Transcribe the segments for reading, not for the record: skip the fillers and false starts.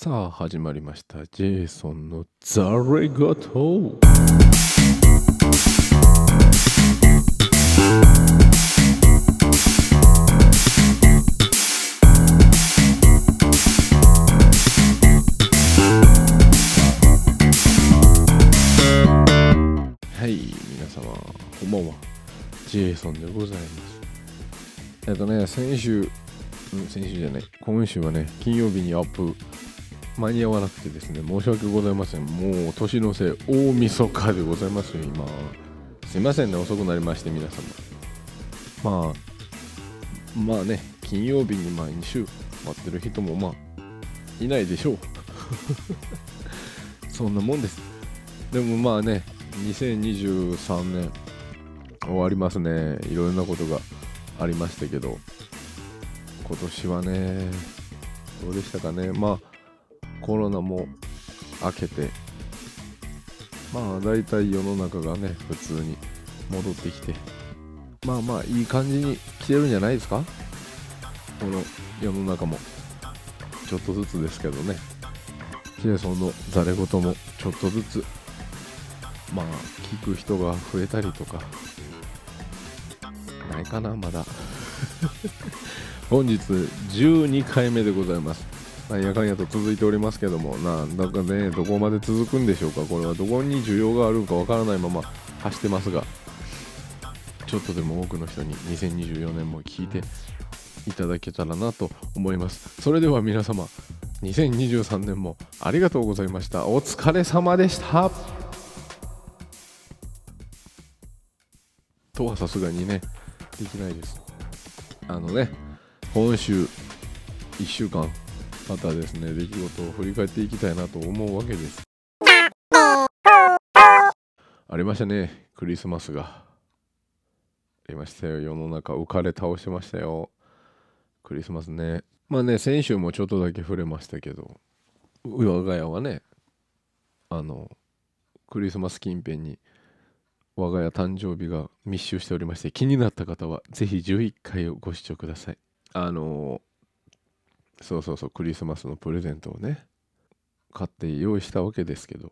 さあ始まりました。ジェイソンのザレ言。はい、皆様こんばんは。ジェイソンでございます。先週じゃない、今週はね、金曜日にアップ間に合わなくてですね、申し訳ございません。もう年のせい大晦日でございますよ今。すいませんね、遅くなりまして皆様。まあね、金曜日に毎週待ってる人もいないでしょうそんなもんです。でも2023年終わりますね。いろんなことがありましたけど、今年はねどうでしたかね。コロナも明けて、だいたい世の中がね普通に戻ってきて、いい感じに来てるんじゃないですか。この世の中もちょっとずつですけどね。ジェイソンのザレ言もちょっとずつ聞く人が増えたりとかないかな。まだ本日12回目でございます。なんやかんやと続いておりますけども、なんだかね、どこまで続くんでしょうか。これはどこに需要があるかわからないまま走ってますが、ちょっとでも多くの人に2024年も聞いていただけたらなと思います。それでは皆様、2023年もありがとうございました。お疲れ様でしたとはさすがにねできないです。今週1週間またですね、出来事を振り返っていきたいなと思うわけです。ありましたね、クリスマスがありましたよ。世の中浮かれ倒してましたよ、クリスマスね。先週もちょっとだけ触れましたけど、我が家はね、クリスマス近辺に我が家誕生日が密集しておりまして、気になった方はぜひ11回をご視聴ください。そうクリスマスのプレゼントをね買って用意したわけですけど、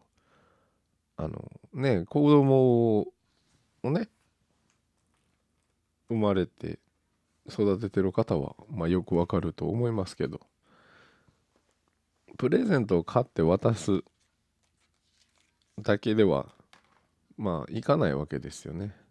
子供をね生まれて育ててる方はよくわかると思いますけど、プレゼントを買って渡すだけではいかないわけですよね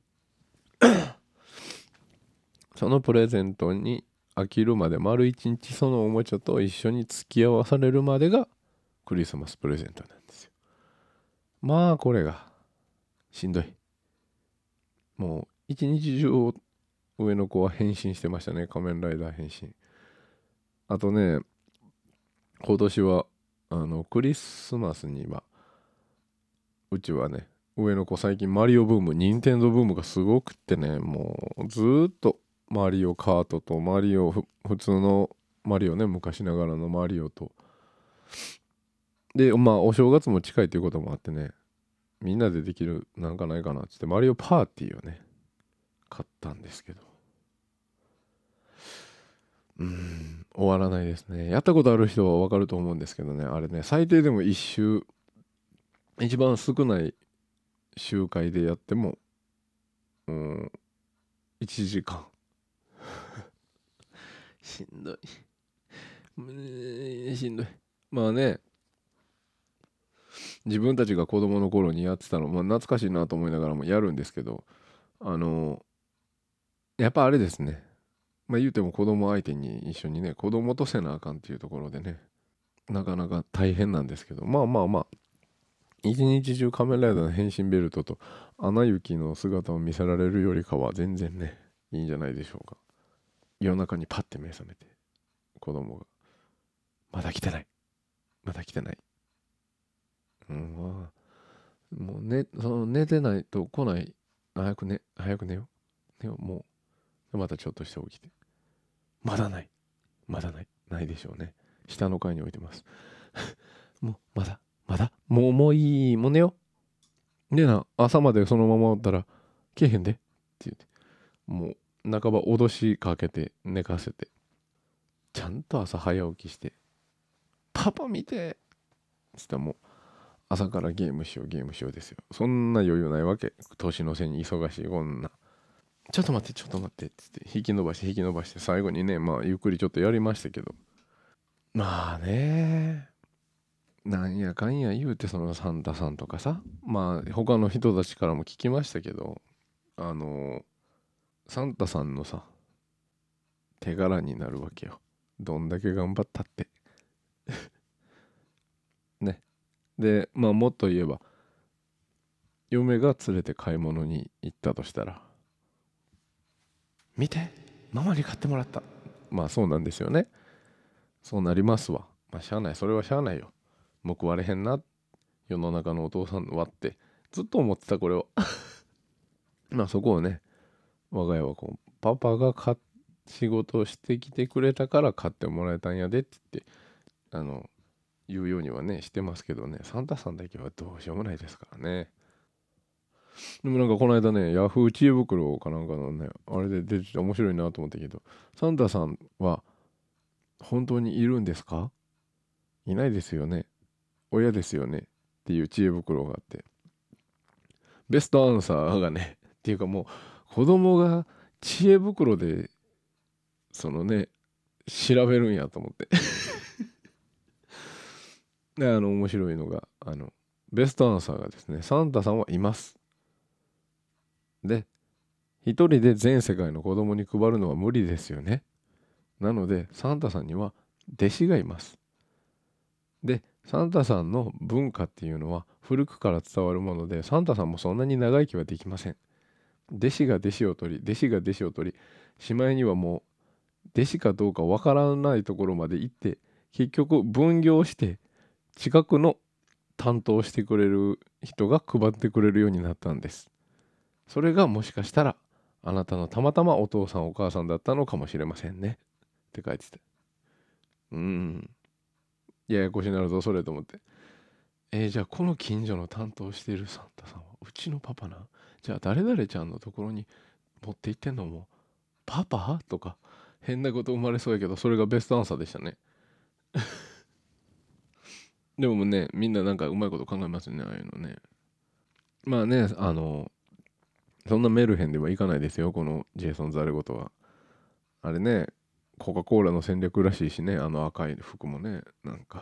そのプレゼントに飽きるまで丸一日そのおもちゃと一緒に付き合わされるまでがクリスマスプレゼントなんですよ。これがしんどい。もう一日中上の子は変身してましたね。仮面ライダー変身。あとね、今年はクリスマスにうちはね、上の子最近マリオブーム、任天堂ブームがすごくってね、もうずーっとマリオカートとマリオ普通のマリオね、昔ながらのマリオとで、お正月も近いということもあってね、みんなでできるなんかないかなっつってマリオパーティーをね買ったんですけど、終わらないですね。やったことある人はわかると思うんですけどね、あれね、最低でも一番少ない周回でやっても1時間しんどいしんどい。自分たちが子供の頃にやってたの、懐かしいなと思いながらもやるんですけど、やっぱあれですね、言うても子供相手に一緒にね、子供とせなあかんっていうところでね、なかなか大変なんですけど、一日中仮面ライダーの変身ベルトとアナ雪の姿を見せられるよりかは全然ね、いいんじゃないでしょうか。夜中にパッて目覚めて、子供がまだ来てないまだ来てない、もう寝てないと来ない。早く寝ようもう。またちょっとして起きて、まだないないでしょうね。下の階に置いてますもうまだもういい、もう寝よう。で朝までそのままおったら来えへんでって言って、もう半ば脅しかけて寝かせて、ちゃんと朝早起きしてパパ見てつったらもう朝からゲームしようですよ。そんな余裕ないわけ。年の瀬に忙しいこんな。ちょっと待ってっつって引き伸ばして最後にね、まあゆっくりちょっとやりましたけど、まあね、なんやかんや言うて、そのサンタさんとかさ、まあ他の人たちからも聞きましたけど、サンタさんのさ手柄になるわけよ、どんだけ頑張ったってね。でまあもっと言えば、嫁が連れて買い物に行ったとしたら、見てママに買ってもらった、まあそうなんですよね。そうなりますわ。まあしゃあない、それはしゃあないよ。報われへんな、世の中のお父さんはってずっと思ってた、これをまあそこをね、我が家はこうパパが仕事をしてきてくれたから買ってもらえたんやでって言って言うようにはねしてますけどね、サンタさんだけはどうしようもないですからね。でもなんかこの間ね、ヤフー知恵袋かなんかのね、あれで出てて面白いなと思ったけど、サンタさんは本当にいるんですか、いないですよね、親ですよねっていう知恵袋があって、ベストアンサーがねっていうか、もう子供が知恵袋でそのね調べるんやと思ってで面白いのがベストアンサーがですね、サンタさんはいます。で、一人で全世界の子供に配るのは無理ですよね。なのでサンタさんには弟子がいます。で、サンタさんの文化っていうのは古くから伝わるもので、サンタさんもそんなに長生きはできません。弟子が弟子を取り、しまいにはもう弟子かどうかわからないところまで行って、結局分業して近くの担当してくれる人が配ってくれるようになったんです。それがもしかしたらあなたのたまたまお父さんお母さんだったのかもしれませんねって書いてて、ややこしになるぞそれと思って、じゃあこの近所の担当しているサンタさんはうちのパパな、じゃあ誰々ちゃんのところに持って行ってんのもパパとか変なこと生まれそうやけど、それがベストアンサーでしたね。でもね、みんななんかうまいこと考えますよね、ああいうのね。まあね、そんなメルヘンではいかないですよ、このジェイソン・ザレゴとは。あれね、コカ・コーラの戦略らしいしね、あの赤い服もね、なんか。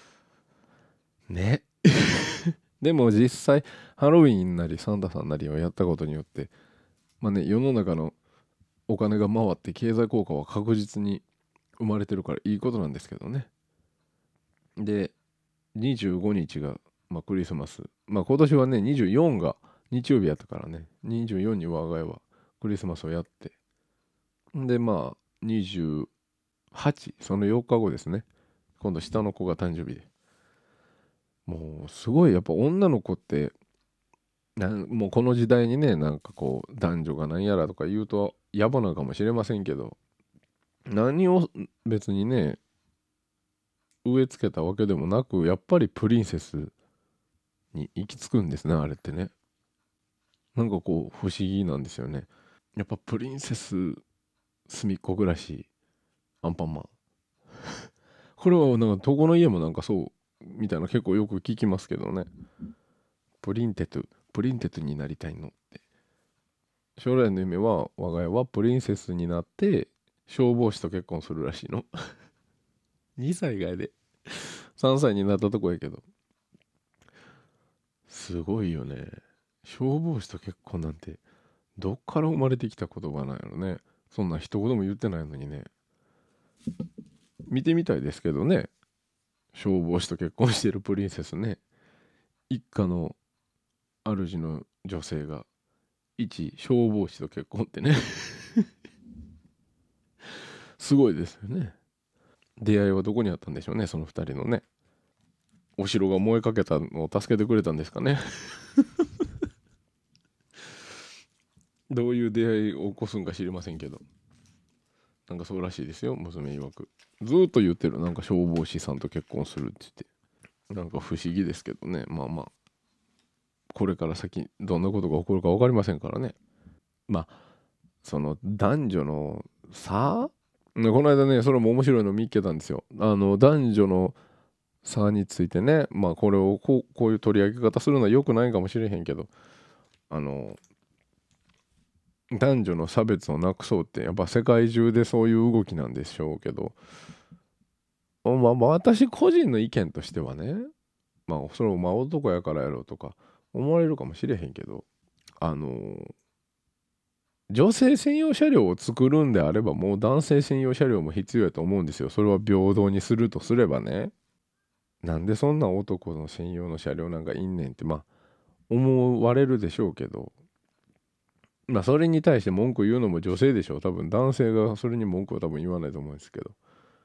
ね。でも実際、ハロウィンなりサンタさんなりをやったことによって、まあね、世の中のお金が回って経済効果は確実に生まれてるからいいことなんですけどね。で、25日が、まあ、クリスマス。まあ今年はね、24が日曜日やったからね、24に我が家はクリスマスをやって、で、まあ、28、その4日後ですね。今度下の子が誕生日で。もうすごいやっぱ女の子ってもうこの時代にね、なんかこう男女が何やらとか言うと野暮なのかもしれませんけど、何を別にね植え付けたわけでもなく、やっぱりプリンセスに行き着くんですね、あれってね。なんかこう不思議なんですよね。やっぱプリンセス隅っこ暮らしアンパンマン、これはなんかどこの家もなんかそうみたいな結構よく聞きますけどね。プリンテトになりたいのって。将来の夢は我が家はプリンセスになって消防士と結婚するらしいの。2歳がやで。3歳になったとこやけど。すごいよね。消防士と結婚なんてどっから生まれてきた言葉なんやろね。そんな一言も言ってないのにね。見てみたいですけどね。消防士と結婚してるプリンセスね。一家の主の女性が一消防士と結婚ってね。すごいですよね。出会いはどこにあったんでしょうね、その二人のね。お城が燃えかけたのを助けてくれたんですかね。どういう出会いを起こすんか知りませんけど、なんかそうらしいですよ、娘曰く。ずーっと言ってる、なんか消防士さんと結婚するって言って。なんか不思議ですけどね。まあまあ、これから先どんなことが起こるか分かりませんからね。まあ、その男女の差ね、この間ね、それも面白いの見っけたんですよ。男女の差についてね、まあこれをこういう取り上げ方するのは良くないかもしれへんけど、男女の差別をなくそうってやっぱ世界中でそういう動きなんでしょうけど、まあ私個人の意見としてはね、まあそれを男やからやろうとか思われるかもしれへんけど、女性専用車両を作るんであればもう男性専用車両も必要やと思うんですよ。それは平等にするとすればね。なんでそんな男の専用の車両なんかいんねんって思われるでしょうけど、それに対して文句言うのも女性でしょう。多分男性がそれに文句は多分言わないと思うんですけど、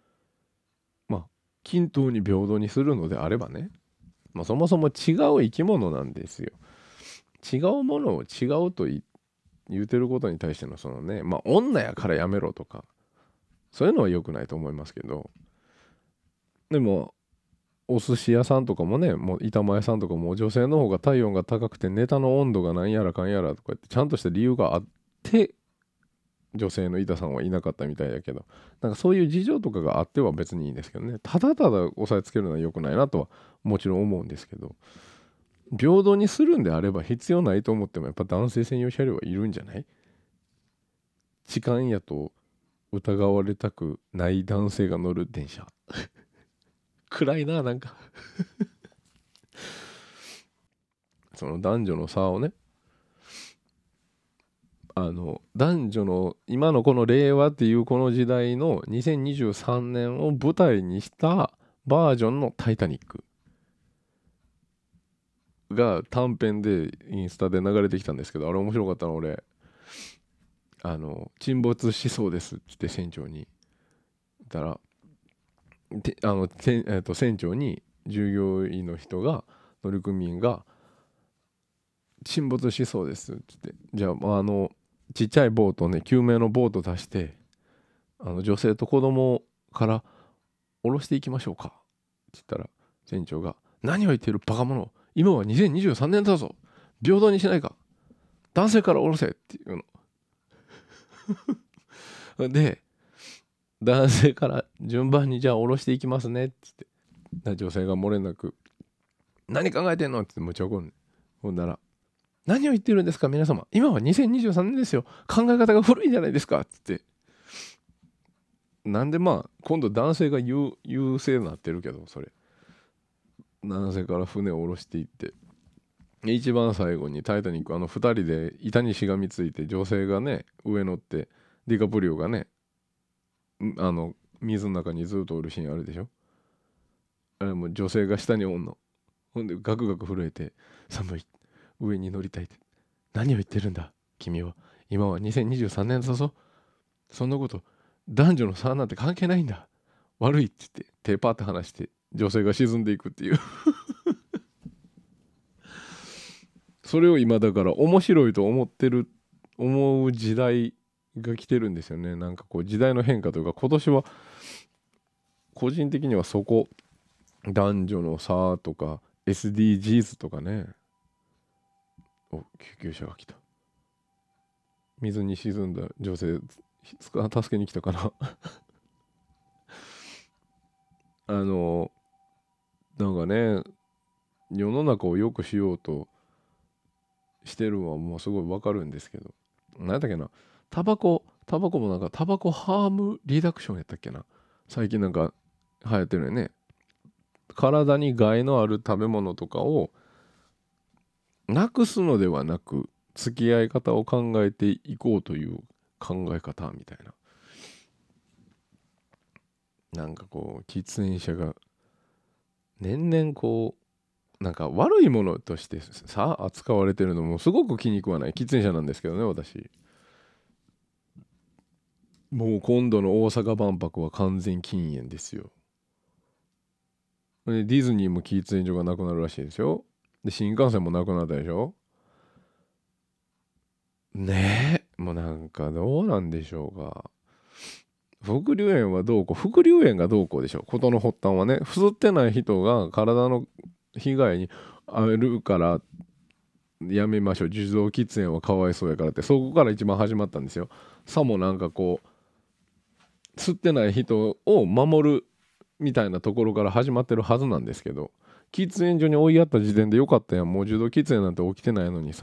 均等に平等にするのであればね、そもそも違う生き物なんですよ。違うものを違うと言うてることに対してのそのね、女やからやめろとかそういうのは良くないと思いますけど、でもお寿司屋さんとかもね、もう板前さんとかも女性の方が体温が高くてネタの温度がなんやらかんやらとか言ってちゃんとした理由があって女性の板さんはいなかったみたいだけど、なんかそういう事情とかがあっては別にいいんですけどね、ただただ押さえつけるのは良くないなとはもちろん思うんですけど、平等にするんであれば必要ないと思ってもやっぱ男性専用車両はいるんじゃない？痴漢やと疑われたくない男性が乗る電車暗いな、なんかその男女の差をね、男女の今のこの令和っていうこの時代の2023年を舞台にしたバージョンのタイタニックが短編でインスタで流れてきたんですけど、あれ面白かったの俺、沈没しそうですって船長に言ったら、船長に従業員の人が乗組員が沈没しそうですって言って、じゃあ、ちっちゃいボートね、救命のボート出して女性と子供から降ろしていきましょうかって言ったら、船長が何を言っているバカ者、今は2023年だぞ、平等にしないか、男性から降ろせっていうので、男性から順番にじゃあ降ろしていきますねって言って、女性が漏れなく何考えてんのってむちゃ怒る。ほんなら、何を言ってるんですか皆様、今は2023年ですよ、考え方が古いんじゃないですかって言って、なんで今度男性が優勢になってるけど、それ男性から船を下ろしていって、一番最後にタイタニック2人で板にしがみついて女性がね上乗って、ディカプリオがね水の中にずっとおるシーンあるでしょ。あれも女性が下におんの、ほんでガクガク震えて、寒い、上に乗りたいって、何を言ってるんだ君は、今は2023年だぞ、そんなこと男女の差なんて関係ないんだ、悪いって言って手パーって離して女性が沈んでいくっていうそれを今だから面白いと思う時代が来てるんですよね。なんかこう時代の変化というか、今年は個人的にはそこ、男女の差とか SDGs とかね。お、救急車が来た。水に沈んだ女性助けに来たかななんかね、世の中を良くしようとしてるのはもうすごいわかるんですけど、何だっけな、タバコもなんかタバコハームリダクションやったっけな、最近なんか流行ってるよね。体に害のある食べ物とかをなくすのではなく付き合い方を考えていこうという考え方みたいな、なんかこう喫煙者が年々こうなんか悪いものとしてさ扱われてるのもすごく気に食わない。喫煙者なんですけどね私。もう今度の大阪万博は完全禁煙ですよ。でディズニーも喫煙所がなくなるらしいですよ。で新幹線もなくなったでしょ。ねえ、もうなんかどうなんでしょうか。副流煙はどうこう、副流煙がどうこうでしょう。事の発端はね、吸ってない人が体の被害に遭えるからやめましょう、受動喫煙はかわいそうやからって、そこから一番始まったんですよ。さもなんかこう吸ってない人を守るみたいなところから始まってるはずなんですけど、喫煙所に追いやった時点でよかったやん。もう受動喫煙なんて起きてないのにさ、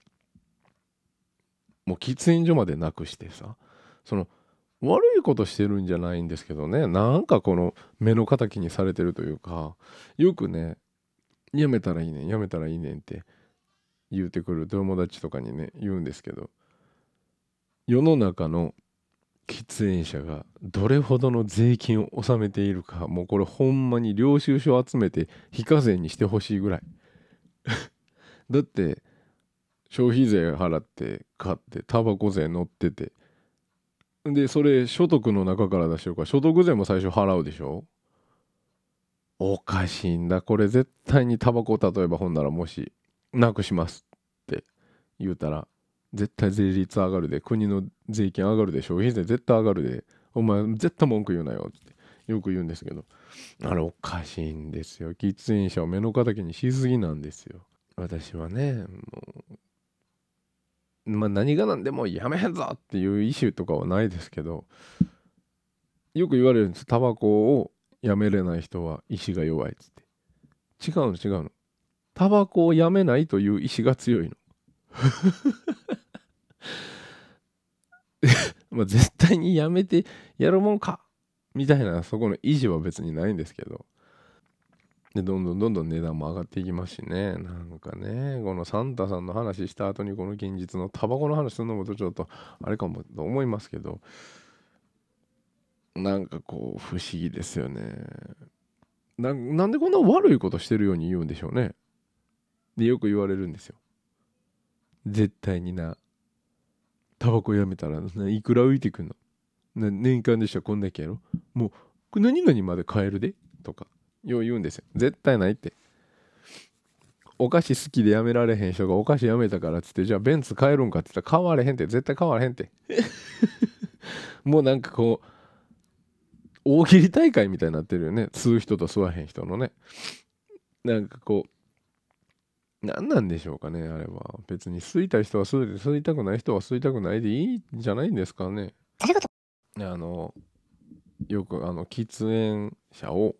もう喫煙所までなくしてさ、その悪いことしてるんじゃないんですけどね、なんかこの目の敵にされてるというか、よくね、やめたらいいねんやめたらいいねんって言うてくる友達とかにね言うんですけど、世の中の喫煙者がどれほどの税金を納めているか、もうこれほんまに領収書集めて非課税にしてほしいぐらい。だって消費税払って買ってタバコ税乗ってて、でそれ所得の中から出してるから所得税も最初払うでしょ。おかしいんだこれ。絶対にタバコ、例えばほんならもしなくしますって言うたら絶対税率上がるで、国の税金上がるで、消費税絶対上がるで、お前絶対文句言うなよってよく言うんですけど、あれおかしいんですよ。喫煙者を目の敵にしすぎなんですよ。私はね、もうまあ何が何でもやめへんぞっていう意思とかはないですけど、よく言われるんです。タバコをやめれない人は意志が弱いっつって。違うの違うの。タバコをやめないという意志が強いの。まあ絶対にやめてやるもんかみたいな、そこの意地は別にないんですけど、でどんどんどんどん値段も上がっていきますしね。なんかね、このサンタさんの話した後にこの現実のタバコの話するのもちょっとあれかもと思いますけど、なんかこう不思議ですよね。なんでこんな悪いことしてるように言うんでしょうね。でよく言われるんですよ。絶対にな、タバコやめたらいくら浮いてくんの、年間でしたらこんだけやろ、もうこれ何々まで買えるでとかよう言うんですよ。絶対ないって。お菓子好きでやめられへん人がお菓子やめたからっつってじゃあベンツ買えるんかって言ったら買われへんって。絶対買われへんって。もうなんかこう大喜利大会みたいになってるよね。吸う人と吸わへん人のね。なんかこう何なんでしょうかね、あれは。別に吸いたい人は吸うで、吸いたくない人は吸いたくないでいいんじゃないんですかね。あのよく喫煙者を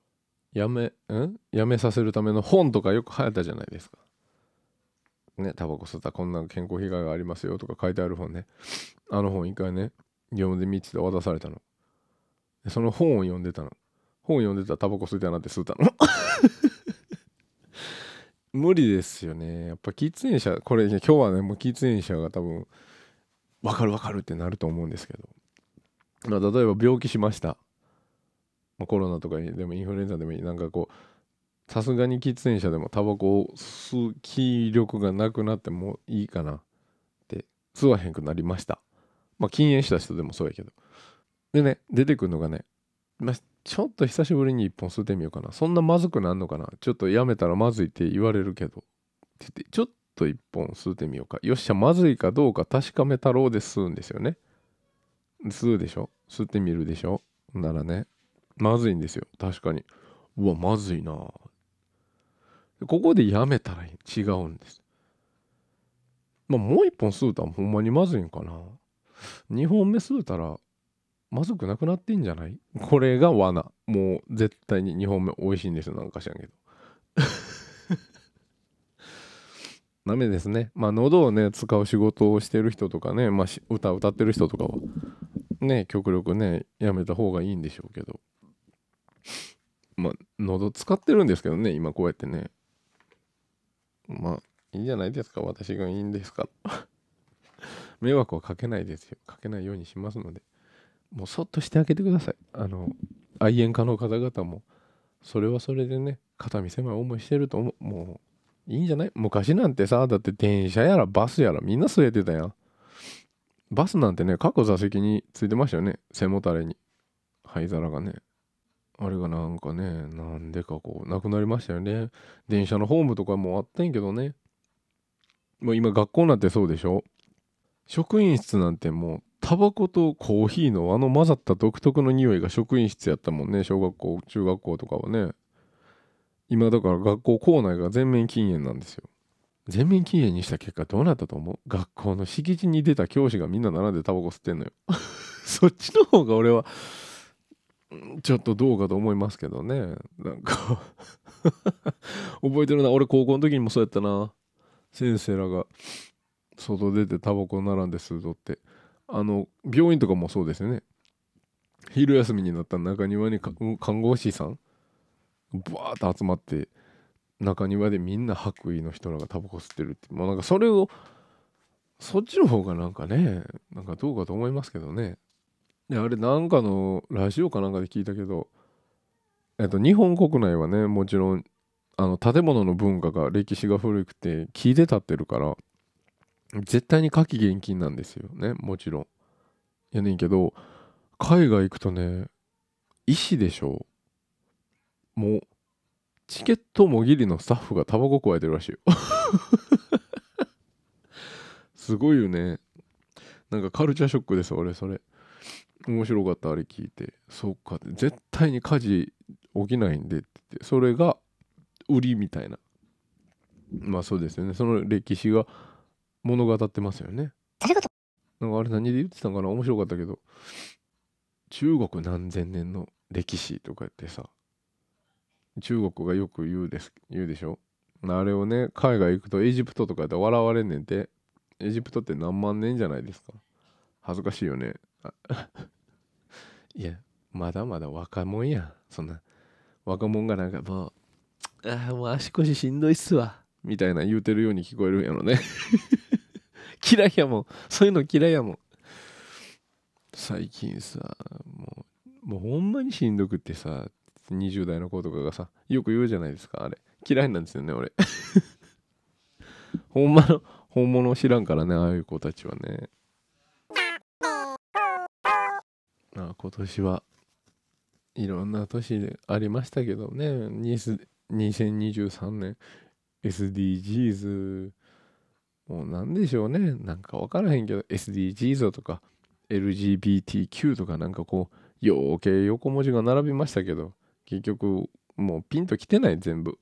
やめさせるための本とかよく流行ったじゃないですか。ね、タバコ吸ったらこんな健康被害がありますよとか書いてある本ね。あの本一回ね、読んでみって渡されたの。でその本を読んでたの。本読んでたらタバコ吸いたいなって吸ったの。無理ですよね。やっぱ喫煙者、これ、今日はね、もう喫煙者が多分、わかるわかるってなると思うんですけど。まあ、例えば病気しました。まあ、コロナとかでもインフルエンザでもいい。なんかこう、さすがに喫煙者でもタバコを吸う気力がなくなってもいいかなって吸わへんくなりました。まあ禁煙した人でもそうやけど。でね、出てくるのがね、まあ、ちょっと久しぶりに一本吸ってみようかな。そんなまずくなんのかな。ちょっとやめたらまずいって言われるけど。って言ってちょっと一本吸ってみようか。よっしゃ、まずいかどうか確かめたろうで吸うんですよね。吸うでしょ、吸ってみるでしょ、ならね、まずいんですよ。確かに。うわ、まずいな。ここでやめたら違うんです。まあ、もう一本吸うたらほんまにまずいんかな。二本目吸うたらまずくなくなってんじゃない。これが罠。もう絶対に二本目美味しいんですよ。なんか知らんけど。ダメですね。まあ喉をね使う仕事をしてる人とかね、まあ歌歌ってる人とかはね極力ねやめた方がいいんでしょうけど、まあ喉使ってるんですけどね今こうやってね、まあいいんじゃないですか。私がいいんですから。迷惑はかけないですよ。かけないようにしますので、もうそっとしてあげてください。愛煙家の方々もそれはそれでね肩身狭い思いしてると思う。もういいんじゃない。昔なんてさ、だって電車やらバスやらみんな据えてたやん。バスなんてね各座席についてましたよね、背もたれに灰皿がね。あれがなんかね、なんでかこうなくなりましたよね。電車のホームとかもあってんけどね。もう今学校なんてそうでしょ。職員室なんてもうタバコとコーヒーの混ざった独特の匂いが職員室やったもんね。小学校中学校とかはね。今だから学校校内が全面禁煙なんですよ。全面禁煙にした結果どうなったと思う？学校の敷地に出た教師がみんな並んでタバコ吸ってんのよ。そっちの方が俺はちょっとどうかと思いますけどね。なんか覚えてるな、俺高校の時にもそうやったな。先生らが外出てタバコ並んで吸うとって、病院とかもそうですよね。昼休みになったら中庭に看護師さんバーッと集まって、中庭でみんな白衣の人らがタバコ吸ってるって、もうなんかそれを、そっちの方がなんかね、なんかどうかと思いますけどね。で、あれなんかのラジオかなんかで聞いたけど、日本国内はね、もちろん建物の文化が歴史が古くて木で建ってるから絶対に火気厳禁なんですよね、もちろん。やねんけど、海外行くとね、石でしょ。もうチケットもぎりのスタッフがタバコ加えてるらしいよ。すごいよね。なんかカルチャーショックです、俺それ。面白かった、あれ聞いて。そうか、絶対に火事起きないんでって言って、それが売りみたいな。まあそうですよね。その歴史が物語ってますよね。なんかあれ何で言ってたんかな、面白かったけど、中国何千年の歴史とか言ってさ、中国がよく言うでしょ。あれをね、海外行くとエジプトとかで笑われんねんて。エジプトって何万年じゃないですか。恥ずかしいよね。いや、まだまだ若者やん。そんな、若者がなんかもう足腰しんどいっすわ。みたいな言うてるように聞こえるんやろね。嫌いやもん。そういうの嫌いやもん。最近さ、もうほんまにしんどくってさ、20代の子とかがさ、よく言うじゃないですか、あれ。嫌いなんですよね、俺。本物を知らんからね、ああいう子たちはね。今年はいろんな年でありましたけどね、2023年、SDGs、もうなんでしょうね、なんかわからへんけど、SDGs とか、LGBTQ とかなんかこう、余計横文字が並びましたけど、結局、もうピンときてない、全部。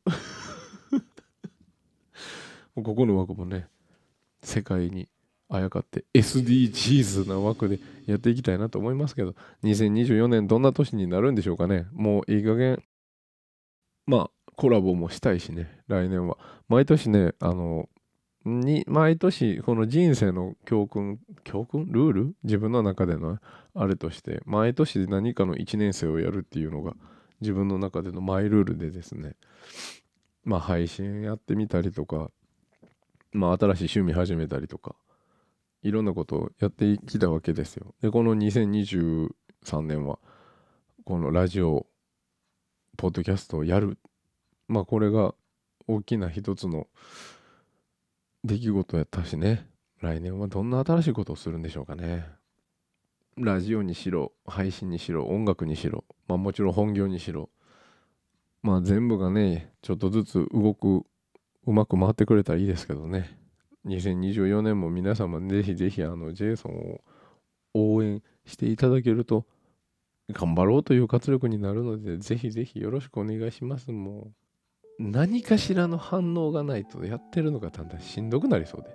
ここの枠もね、世界にあやかって SDGs な枠でやっていきたいなと思いますけど、2024年どんな年になるんでしょうかね。もういい加減、まあ、コラボもしたいしね、来年は。毎年ね、毎年、この人生のルール自分の中でのあれとして、毎年何かの1年生をやるっていうのが、自分の中でのマイルールでですね、まあ配信やってみたりとか、まあ新しい趣味始めたりとか、いろんなことをやってきたわけですよ。で、この2023年は、このラジオ、ポッドキャストをやる。まあこれが大きな一つの出来事やったしね。来年はどんな新しいことをするんでしょうかね。ラジオにしろ、配信にしろ、音楽にしろ、まあもちろん本業にしろ、まあ全部がね、ちょっとずつうまく回ってくれたらいいですけどね。2024年も皆様ぜひぜひジェイソンを応援していただけると頑張ろうという活力になるので、ぜひぜひよろしくお願いします。もう何かしらの反応がないとやってるのがだんだんしんどくなりそうで。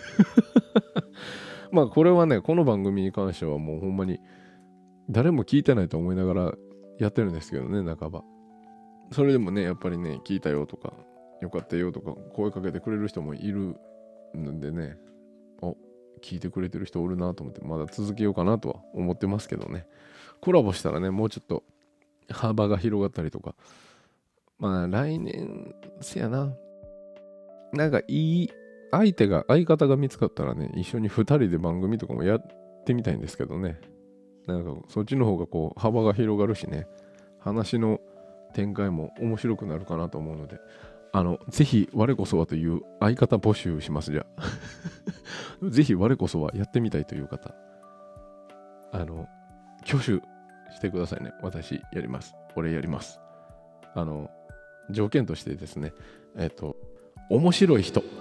まあこれはね、この番組に関してはもうほんまに誰も聞いてないと思いながらやってるんですけどね、半ば。それでもね、やっぱりね、聞いたよとか、よかったよとか、声かけてくれる人もいるんでね、聞いてくれてる人おるなと思って、まだ続けようかなとは思ってますけどね。コラボしたらね、もうちょっと幅が広がったりとか、まあ来年、せやな。なんかいい相方が見つかったらね、一緒に2人で番組とかもやってみたいんですけどね。なんかそっちの方がこう幅が広がるしね、話の展開も面白くなるかなと思うので、ぜひ我こそはという相方募集します。じゃあ。ぜひ我こそはやってみたいという方、挙手してくださいね。私やります。俺やります。条件としてですね、面白い人。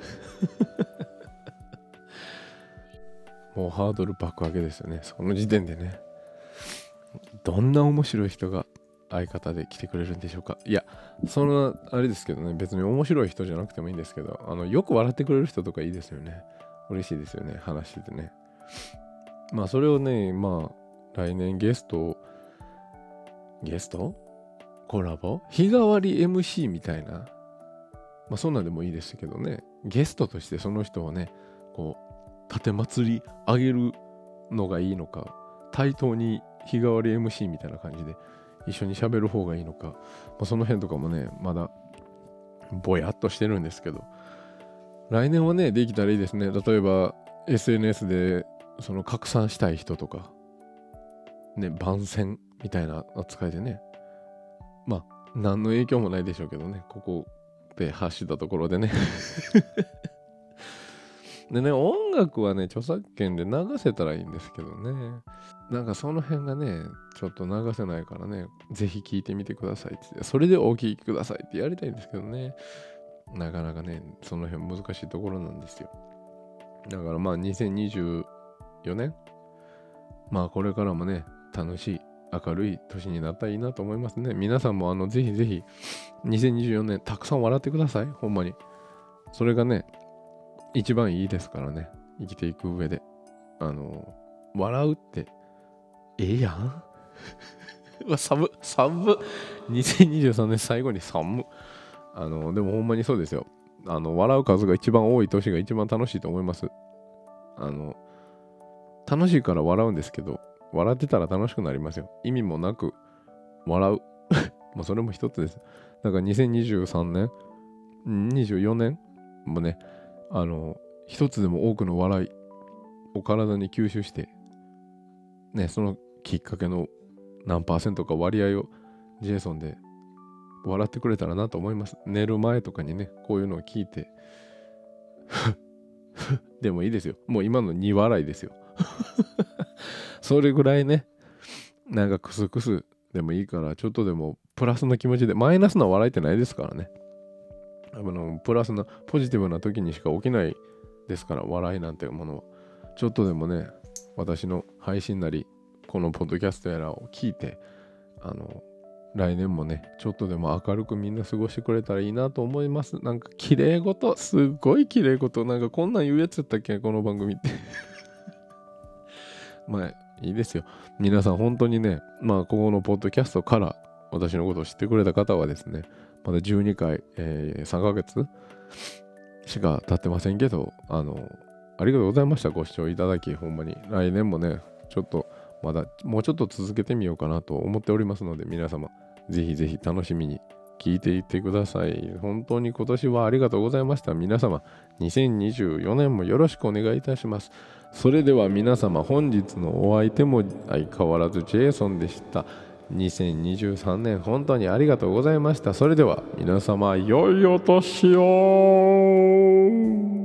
もうハードル爆上げですよね。その時点でね。どんな面白い人が相方で来てくれるんでしょうか。いや、あれですけどね、別に面白い人じゃなくてもいいんですけど、よく笑ってくれる人とかいいですよね。嬉しいですよね、話しててね。まあ、それをね、まあ、来年ゲストをゲストコラボ日替わり MC みたいな、そんなんでもいいですけどね、ゲストとしてその人をねこう立て祭り上げるのがいいのか、対等に日替わり MC みたいな感じで一緒に喋る方がいいのか、その辺とかもねまだぼやっとしてるんですけど、来年はねできたらいいですね。例えば SNS でその拡散したい人とかね、番宣みたいな扱いでね、何の影響もないでしょうけどね、ここで発したところでねでね、音楽はね著作権で流せたらいいんですけどね、なんかその辺がねちょっと流せないからね、ぜひ聞いてみてくださいって、それでお聞きくださいってやりたいんですけどね、なかなかねその辺難しいところなんですよ。だから2024年これからもね楽しい明るい年になったらいいなと思いますね。皆さんもぜひぜひ2024年たくさん笑ってください。ほんまにそれがね一番いいですからね、生きていく上で笑うってやん寒2023年最後に寒でもほんまにそうですよ。笑う数が一番多い年が一番楽しいと思います。楽しいから笑うんですけど、笑ってたら楽しくなりますよ。意味もなく笑うそれも一つです。だから2023年24年もね一つでも多くの笑いを体に吸収してね、そのきっかけの何%か割合をジェイソンで笑ってくれたらなと思います。寝る前とかにねこういうのを聞いてでもいいですよ、もう今の2笑いですよそれぐらいね、なんかクスクスでもいいから、ちょっとでもプラスの気持ちで、マイナスな笑いってないですからね。プラスなポジティブな時にしか起きないですから、笑いなんていうものは。ちょっとでもね私の配信なりこのポッドキャストやらを聞いて来年もねちょっとでも明るくみんな過ごしてくれたらいいなと思います。なんか綺麗事、すっごい綺麗事、なんかこんなん言うやつやったっけこの番組っていいですよ。皆さん本当にね、ここのポッドキャストから私のことを知ってくれた方はですね、まだ12回、3ヶ月しか経ってませんけど、ありがとうございました。ご視聴いただき、ほんまに。来年もね、ちょっとまだもうちょっと続けてみようかなと思っておりますので、皆様ぜひぜひ楽しみに聞いていってください。本当に今年はありがとうございました。皆様2024年もよろしくお願いいたします。それでは皆様、本日のお相手も相変わらずジェイソンでした。2023年本当にありがとうございました。それでは皆様、良いお年を。